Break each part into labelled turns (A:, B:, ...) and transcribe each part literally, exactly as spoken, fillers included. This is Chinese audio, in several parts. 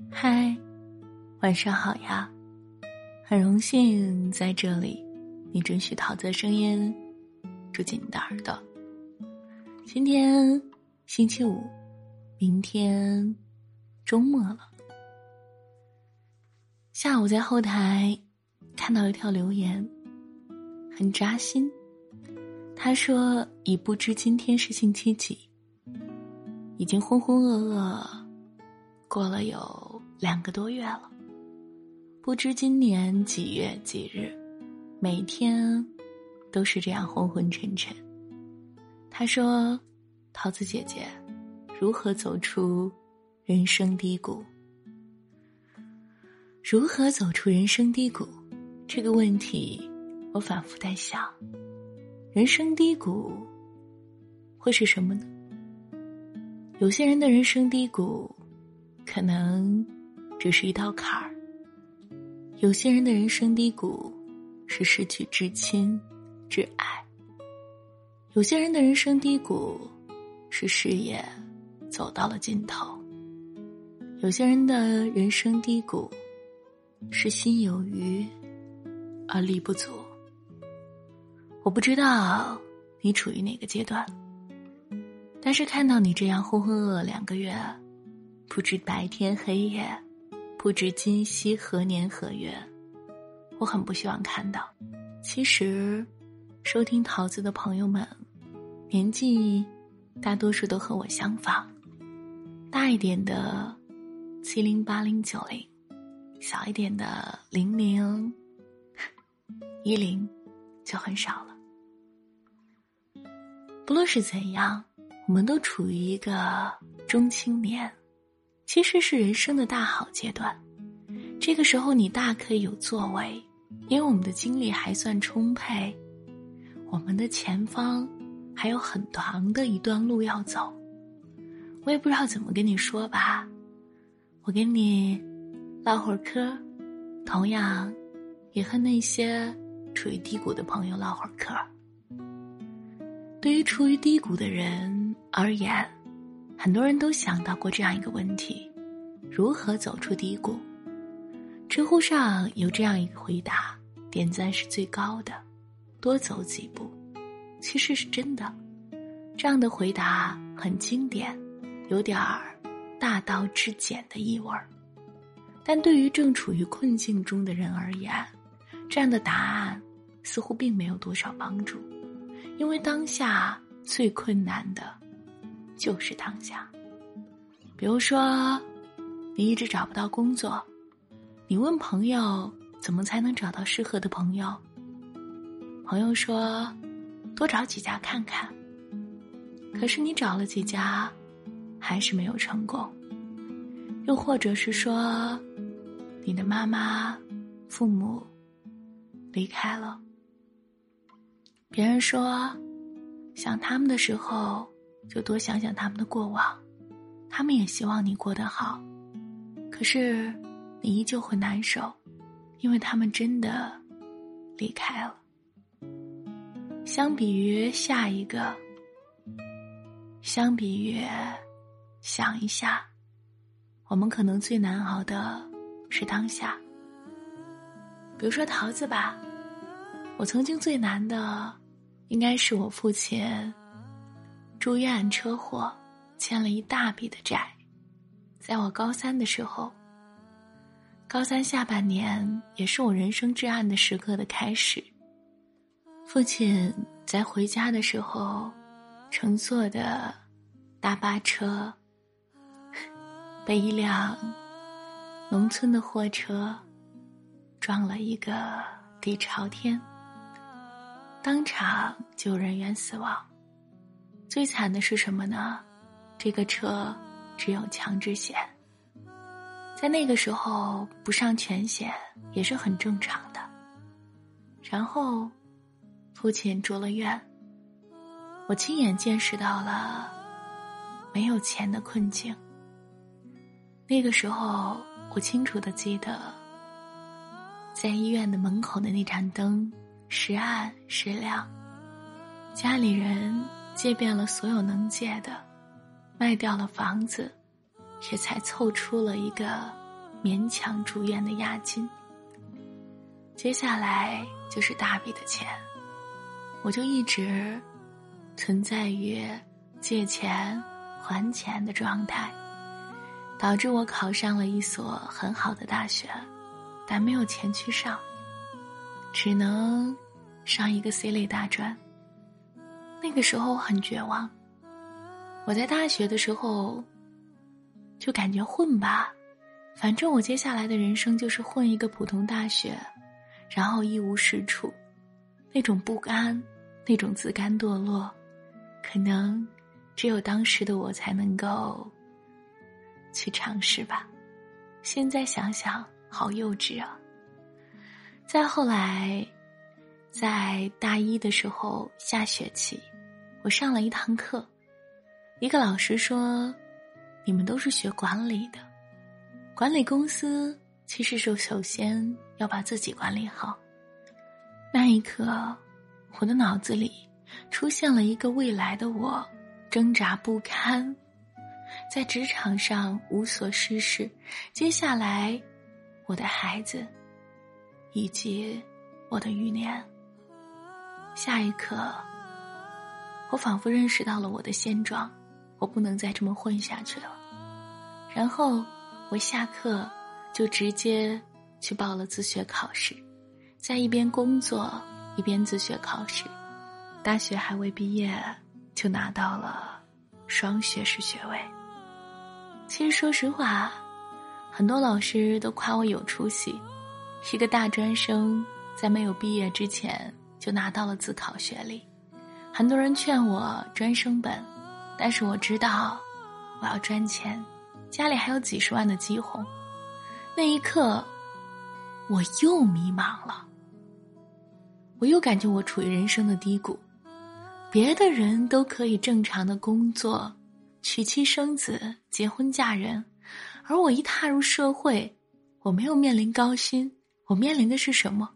A: 嗨，晚上好呀！很荣幸在这里，你准许桃子的声音住进你的耳朵。今天星期五，明天周末了。下午在后台看到一条留言，很扎心。他说已不知今天是星期几，已经浑浑噩噩过了有两个多月了，不知今年几月几日，每天都是这样昏昏沉沉。他说，桃子姐姐，如何走出人生低谷？如何走出人生低谷？这个问题我反复在想，人生低谷会是什么呢？有些人的人生低谷可能只是一道坎儿，有些人的人生低谷是失去至亲至爱，有些人的人生低谷是事业走到了尽头，有些人的人生低谷是心有余而力不足。我不知道你处于哪个阶段，但是看到你这样浑浑噩噩两个月，不知白天黑夜，不知今夕何年何月，我很不希望看到。其实收听桃子的朋友们年纪大多数都和我相仿，大一点的七零八零九零，小一点的零零一零就很少了。不论是怎样，我们都处于一个中青年，其实是人生的大好阶段。这个时候你大可以有作为，因为我们的精力还算充沛，我们的前方还有很长的一段路要走。我也不知道怎么跟你说吧，我跟你唠会儿嗑，同样也和那些处于低谷的朋友唠会儿嗑。对于处于低谷的人而言，很多人都想到过这样一个问题：如何走出低谷？知乎上有这样一个回答，点赞是最高的，多走几步。其实是真的，这样的回答很经典，有点儿大道至简的意味儿。但对于正处于困境中的人而言，这样的答案似乎并没有多少帮助，因为当下最困难的就是当下。比如说你一直找不到工作，你问朋友怎么才能找到适合的朋友，朋友说多找几家看看，可是你找了几家还是没有成功。又或者是说你的妈妈父母离开了，别人说想他们的时候就多想想他们的过往，他们也希望你过得好，可是你依旧会难受，因为他们真的离开了。相比于下一个，相比于想一下，我们可能最难熬的是当下。比如说桃子吧，我曾经最难的应该是我父亲住院车祸，欠了一大笔的债。在我高三的时候，高三下半年也是我人生至暗的时刻的开始。父亲在回家的时候乘坐的大巴车被一辆农村的货车撞了一个底朝天，当场就有人员死亡。最惨的是什么呢？这个车只有强制险，在那个时候不上全险也是很正常的。然后父亲住了院，我亲眼见识到了没有钱的困境。那个时候我清楚地记得，在医院的门口的那盏灯时暗时亮，家里人借遍了所有能借的，卖掉了房子，也才凑出了一个勉强住院的押金。接下来就是大笔的钱，我就一直存在于借钱还钱的状态，导致我考上了一所很好的大学，但没有钱去上，只能上一个 C 类大专。那个时候我很绝望，我在大学的时候就感觉混吧，反正我接下来的人生就是混一个普通大学，然后一无是处，那种不甘，那种自甘堕落，可能只有当时的我才能够去尝试吧。现在想想好幼稚啊。再后来在大一的时候下学期，我上了一堂课，一个老师说，你们都是学管理的，管理公司其实是首先要把自己管理好。那一刻我的脑子里出现了一个未来的我，挣扎不堪，在职场上无所事事，接下来我的孩子以及我的余年。下一刻我仿佛认识到了我的现状，我不能再这么混下去了。然后我下课就直接去报了自学考试，在一边工作一边自学考试，大学还未毕业就拿到了双学士学位。其实说实话，很多老师都夸我有出息，一个大专生在没有毕业之前就拿到了自考学历。很多人劝我专升本，但是我知道我要赚钱，家里还有几十万的积红。那一刻我又迷茫了，我又感觉我处于人生的低谷。别的人都可以正常的工作，娶妻生子，结婚嫁人，而我一踏入社会，我没有面临高薪，我面临的是什么？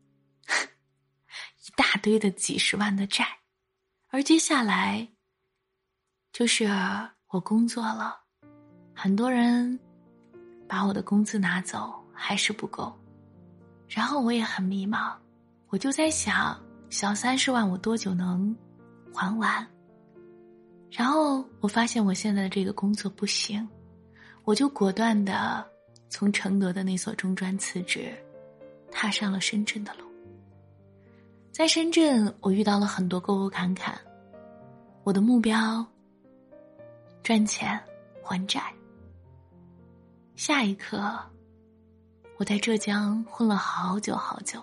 A: 一大堆的几十万的债。而接下来就是我工作了，很多人把我的工资拿走还是不够，然后我也很迷茫，我就在想，小三十万我多久能还完？然后我发现我现在的这个工作不行，我就果断地从承德的那所中专辞职，踏上了深圳的路。在深圳我遇到了很多沟沟坎坎，我的目标赚钱还债。下一刻我在浙江混了好久好久，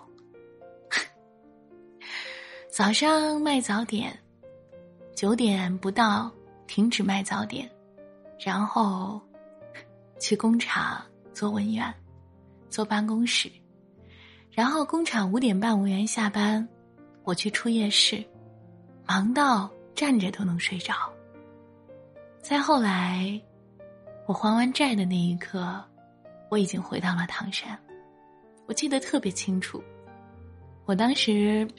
A: 早上卖早点，九点不到停止卖早点，然后去工厂做文员，坐办公室，然后工厂五点半文员下班，我去出夜市，忙到站着都能睡着。再后来我还完债的那一刻，我已经回到了唐山。我记得特别清楚，我当时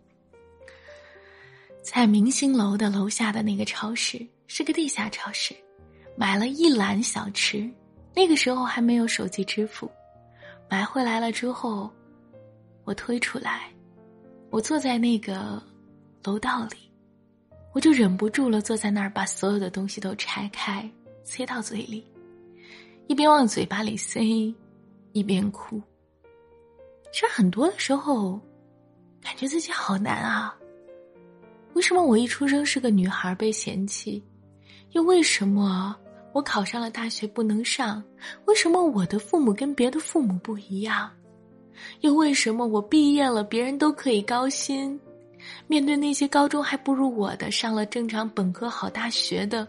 A: 在明星楼的楼下的那个超市，是个地下超市，买了一篮小吃，那个时候还没有手机支付，买回来了之后我推出来，我坐在那个楼道里，我就忍不住了，坐在那儿把所有的东西都拆开塞到嘴里，一边往嘴巴里塞一边哭。其实很多的时候感觉自己好难啊，为什么我一出生是个女孩被嫌弃？又为什么我考上了大学不能上？为什么我的父母跟别的父母不一样？又为什么我毕业了别人都可以高薪，面对那些高中还不如我的，上了正常本科好大学的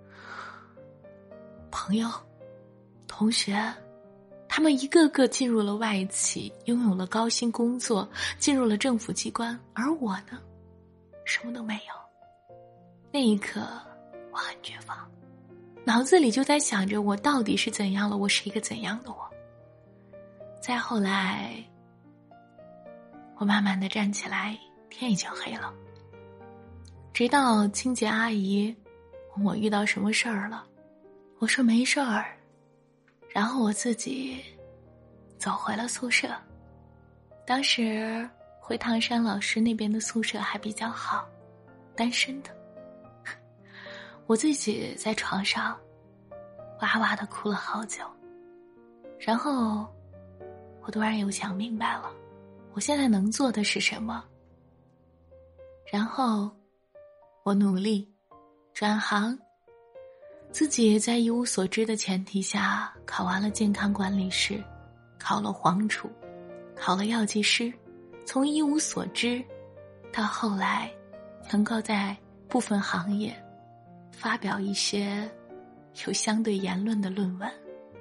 A: 朋友同学，他们一个个进入了外企，拥有了高薪工作，进入了政府机关，而我呢，什么都没有。那一刻我很绝望，脑子里就在想着我到底是怎样了，我是一个怎样的我。再后来我慢慢地站起来，天已经黑了，直到清洁阿姨问我遇到什么事儿了，我说没事儿， 然后我自己走回了宿舍。当时回唐山老师那边的宿舍还比较好，单身的。我自己在床上哇哇地哭了好久。然后我突然又想明白了，我现在能做的是什么。然后我努力转行，自己在一无所知的前提下考完了健康管理师，考了皇储，考了药剂师，从一无所知到后来能够在部分行业发表一些有相对言论的论文。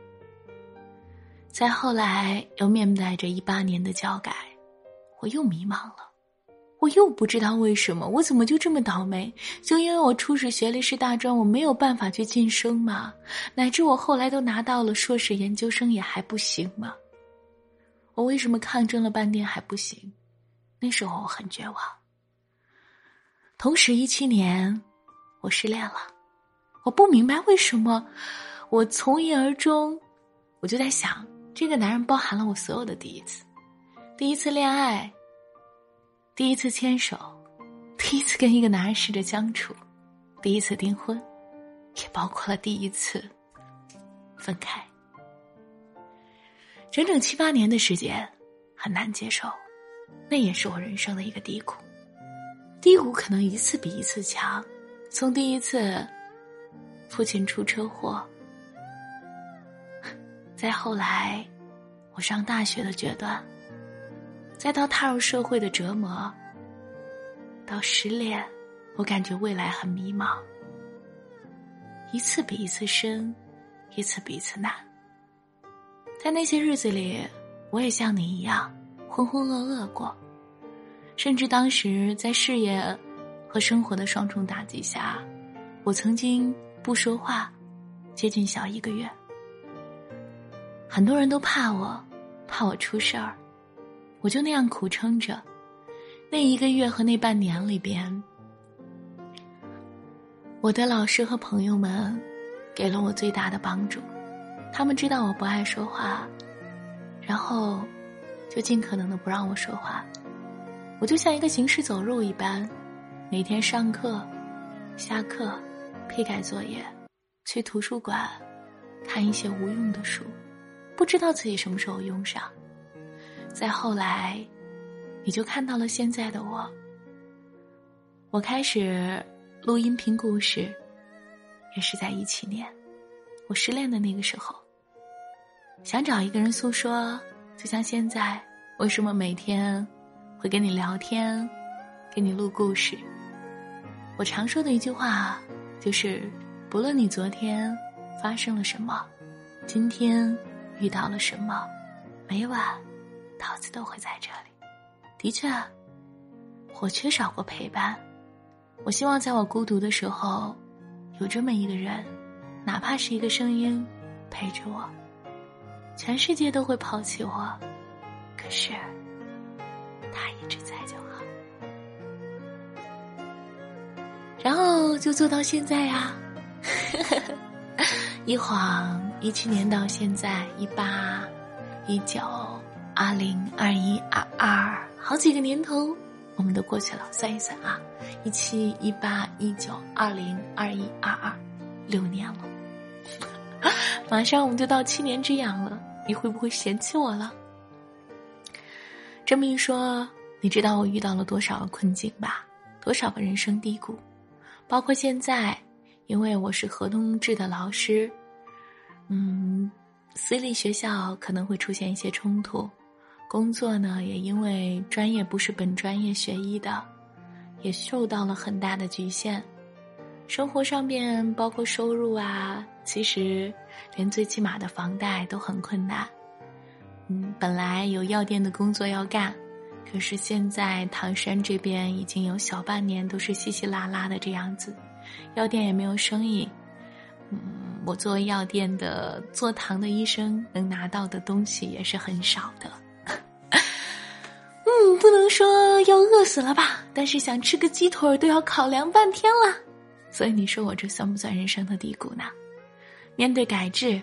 A: 再后来又面带着一八年的教改，我又迷茫了，我又不知道为什么，我怎么就这么倒霉？就因为我初始学历是大专，我没有办法去晋升吗？乃至我后来都拿到了硕士研究生也还不行吗？我为什么抗争了半天还不行？那时候我很绝望。同时一七年我失恋了，我不明白为什么，我从一而终。我就在想，这个男人包含了我所有的第一次，第一次恋爱，第一次牵手，第一次跟一个男人试着相处，第一次订婚，也包括了第一次分开。整整七八年的时间很难接受，那也是我人生的一个低谷。低谷可能一次比一次强，从第一次父亲出车祸，再后来我上大学的决断，再到踏入社会的折磨，到失恋，我感觉未来很迷茫，一次比一次深，一次比一次难。在那些日子里，我也像你一样浑浑噩噩过，甚至当时在事业和生活的双重打击下，我曾经不说话接近小一个月。很多人都怕我，怕我出事儿，我就那样苦撑着。那一个月和那半年里边，我的老师和朋友们给了我最大的帮助。他们知道我不爱说话，然后就尽可能的不让我说话。我就像一个行尸走肉一般，每天上课、下课、批改作业，去图书馆看一些无用的书，不知道自己什么时候用上。再后来，你就看到了现在的我。我开始录音频故事，也是在一七年，我失恋的那个时候。想找一个人诉说，就像现在，为什么每天会跟你聊天，给你录故事。我常说的一句话就是，不论你昨天发生了什么，今天遇到了什么，每晚桃子都会在这里。的确，我缺少过陪伴，我希望在我孤独的时候，有这么一个人，哪怕是一个声音陪着我。全世界都会抛弃我，可是他一直在就好。然后就做到现在呀、啊、一晃一七年到现在，一八一九二零二一二二，好几个年头我们都过去了。算一算啊，一七一八一九二零二一二二，六年了。马上我们就到七年之痒了，你会不会嫌弃我了？这么一说，你知道我遇到了多少个困境吧？多少个人生低谷？包括现在，因为我是合同制的老师，嗯，私立学校可能会出现一些冲突，工作呢也因为专业不是本专业学医的，也受到了很大的局限。生活上面包括收入啊，其实连最起码的房贷都很困难。嗯，本来有药店的工作要干，可是现在唐山这边已经有小半年都是稀稀拉拉的这样子，药店也没有生意。嗯，我作为药店的做糖的医生，能拿到的东西也是很少的。嗯，不能说要饿死了吧，但是想吃个鸡腿都要考量半天了。所以你说我这算不算人生的低谷呢？面对改制，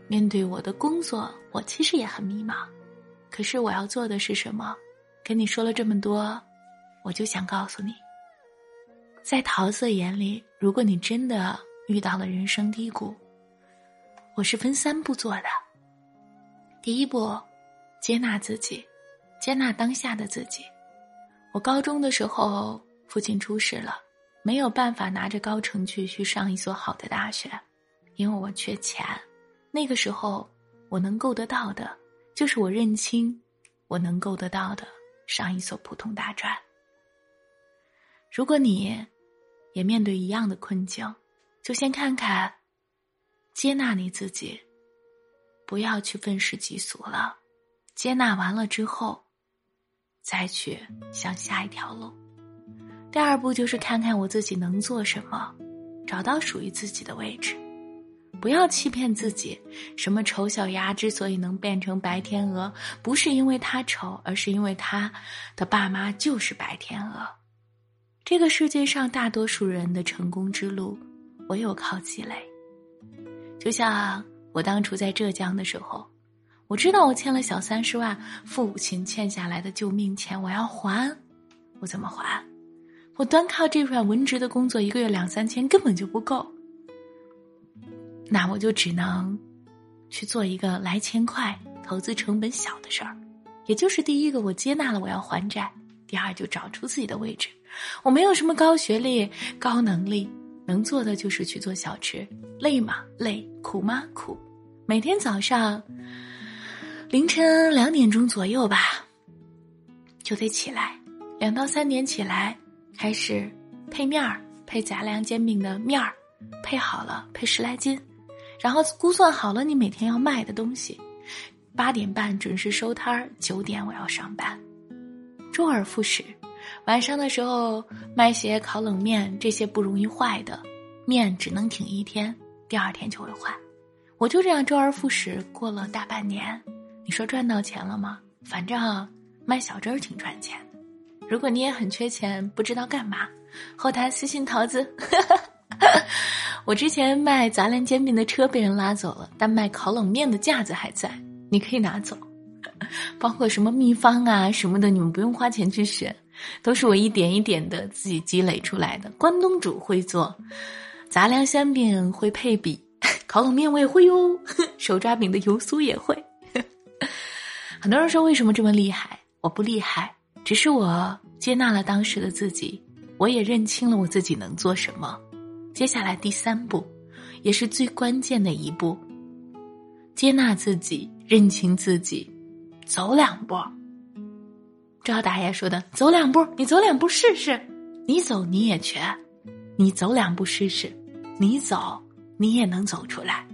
A: 面对我的工作，我其实也很迷茫。可是我要做的是什么？跟你说了这么多，我就想告诉你，在桃色眼里，如果你真的遇到了人生低谷，我是分三步做的。第一步，接纳自己，接纳当下的自己。我高中的时候，父亲出事了，没有办法拿着高成绩去上一所好的大学，因为我缺钱。那个时候，我能够得到的，就是我认清我能够得到的上一所普通大专。如果你也面对一样的困境，就先看看，接纳你自己，不要去愤世嫉俗了。接纳完了之后，再去想下一条路。第二步就是看看我自己能做什么，找到属于自己的位置。不要欺骗自己，什么丑小鸭之所以能变成白天鹅，不是因为它丑，而是因为它的爸妈就是白天鹅。这个世界上大多数人的成功之路，唯有靠积累。就像我当初在浙江的时候，我知道我欠了小三十万，父母亲欠下来的救命钱我要还，我怎么还？我单靠这份文职的工作，一个月两三千根本就不够。那我就只能去做一个来钱快、投资成本小的事儿，也就是第一个，我接纳了我要还债；第二，就找出自己的位置。我没有什么高学历、高能力，能做的就是去做小吃。累吗？累。苦吗？苦。每天早上凌晨两点钟左右吧，就得起来，两到三点起来，开始配面儿，配杂粮煎饼的面儿，配好了，配十来斤。然后估算好了你每天要卖的东西，八点半准时收摊儿，九点我要上班，周而复始。晚上的时候卖些烤冷面，这些不容易坏的面只能挺一天，第二天就会坏。我就这样周而复始过了大半年。你说赚到钱了吗？反正卖小针儿挺赚钱的。如果你也很缺钱，不知道干嘛，后台私信桃子。我之前卖杂粮煎饼的车被人拉走了，但卖烤冷面的架子还在，你可以拿走。包括什么秘方啊什么的，你们不用花钱去学，都是我一点一点的自己积累出来的。关东煮会做，杂粮香饼会配比，烤冷面我也会哟，手抓饼的油酥也会。很多人说为什么这么厉害？我不厉害，只是我接纳了当时的自己，我也认清了我自己能做什么。接下来第三步，也是最关键的一步，接纳自己，认清自己，走两步。赵大爷说的，走两步，你走两步试试，你走你也瘸，你走两步试试，你走你也能走出来。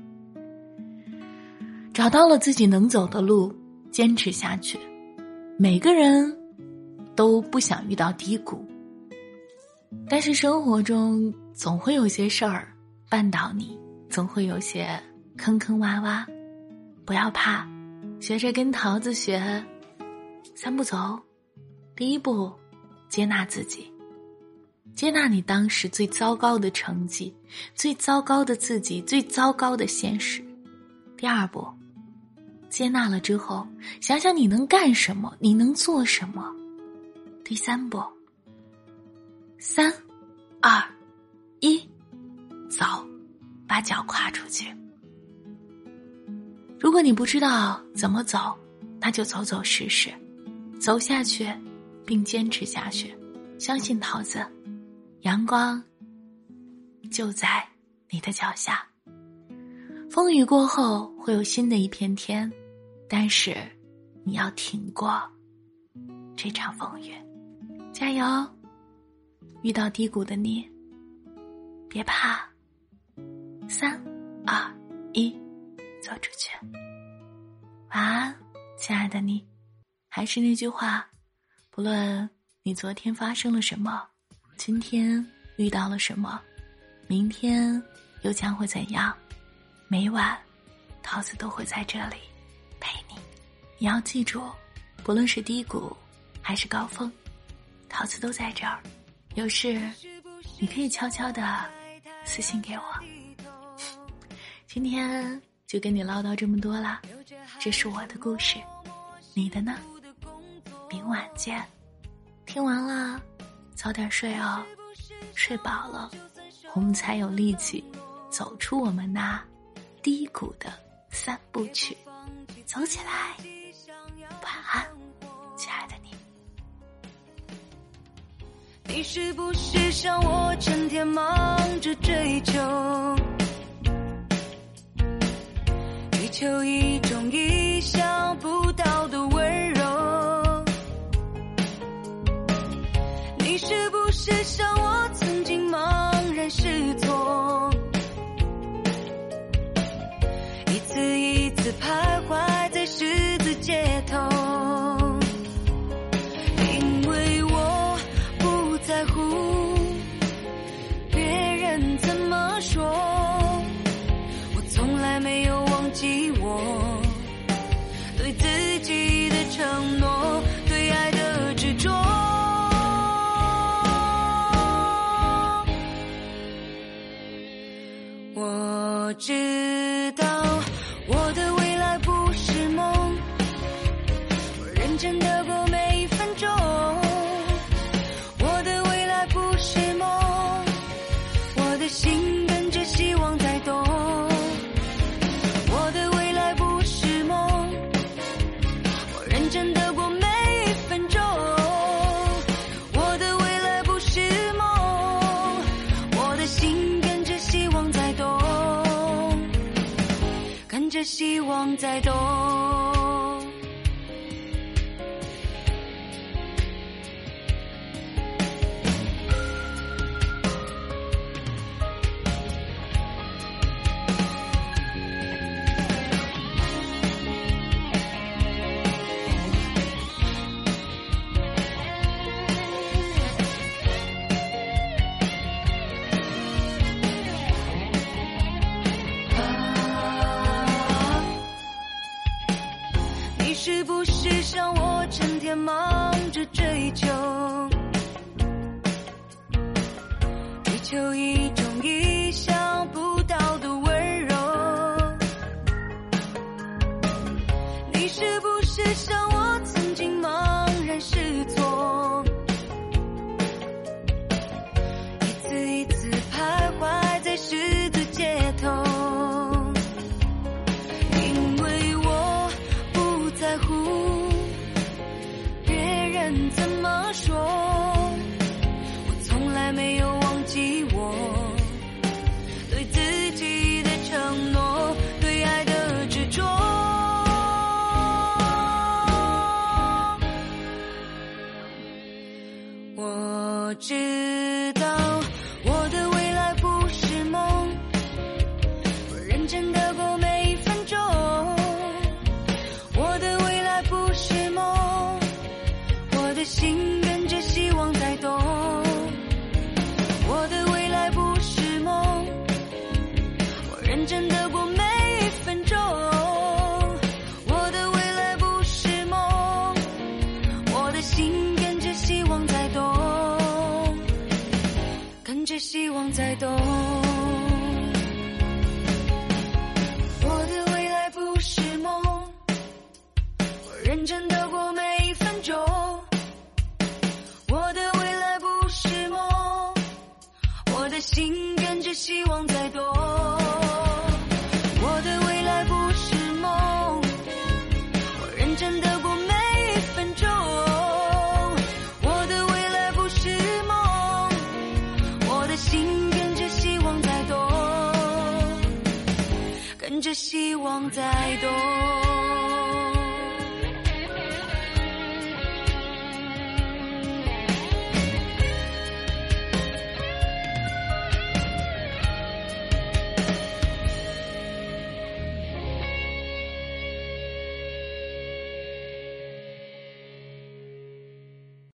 A: 找到了自己能走的路，坚持下去。每个人都不想遇到低谷，但是生活中总会有些事儿绊倒你，总会有些坑坑洼洼。不要怕，学着跟桃子学，三步走。第一步，接纳自己，接纳你当时最糟糕的成绩，最糟糕的自己，最糟糕的现实。第二步，接纳了之后，想想你能干什么，你能做什么。第三步，三二一，走，把脚跨出去。如果你不知道怎么走，那就走走试试，走下去并坚持下去。相信桃子，阳光就在你的脚下。风雨过后会有新的一片天，但是你要挺过这场风雨。加油！遇到低谷的你，别怕，三二一，走出去。晚安，亲爱的你。还是那句话，不论你昨天发生了什么，今天遇到了什么，明天又将会怎样，每晚桃子都会在这里陪你。你要记住，不论是低谷还是高峰，桃子都在这儿。有事你可以悄悄地私信给我。今天就跟你唠叨这么多啦，这是我的故事，你的呢？明晚见。听完了，早点睡哦，睡饱了，我们才有力气走出我们那低谷的三部曲。走起来，晚安，亲爱的你。
B: 你是不是像我成天忙着追求，追求一种意想不到的温柔？你是不是像我曾经茫然失措，一次一次徘徊在十字街头？因为我不在乎别人怎么说，我从来没有忘记我对自己的承诺，对爱的执着。我知道我的未来不是梦，我认真的过每一分钟。我的未来不是梦，我的心跟着希望在动。我的未来不是梦，我认真的过每一分钟。我的未来不是梦，我的心跟着希望在动，跟着希望在动。是不是像我成天忙着追求，追求一种意想不到的温柔？你是不是像我曾经茫然失措，一次一次徘徊在十字街头？怎么说，我从来没有忘记我对自己的承诺，对爱的执着。我知道我的未来不是梦，我认真的过每一分钟。我的未来不是梦，我的心跟着希望在动。我的未来不是梦，我认真的过每一分钟。我的未来不是梦，我的心跟着希望在动，跟着希望在动。我的未来不是梦，我认真的过每一分钟。我的未来不是梦，我的心跟着希望在动。我的未来不是梦，我认真的过每一分钟。我的未来不是梦，我的心跟着希望在动，跟着希望在动。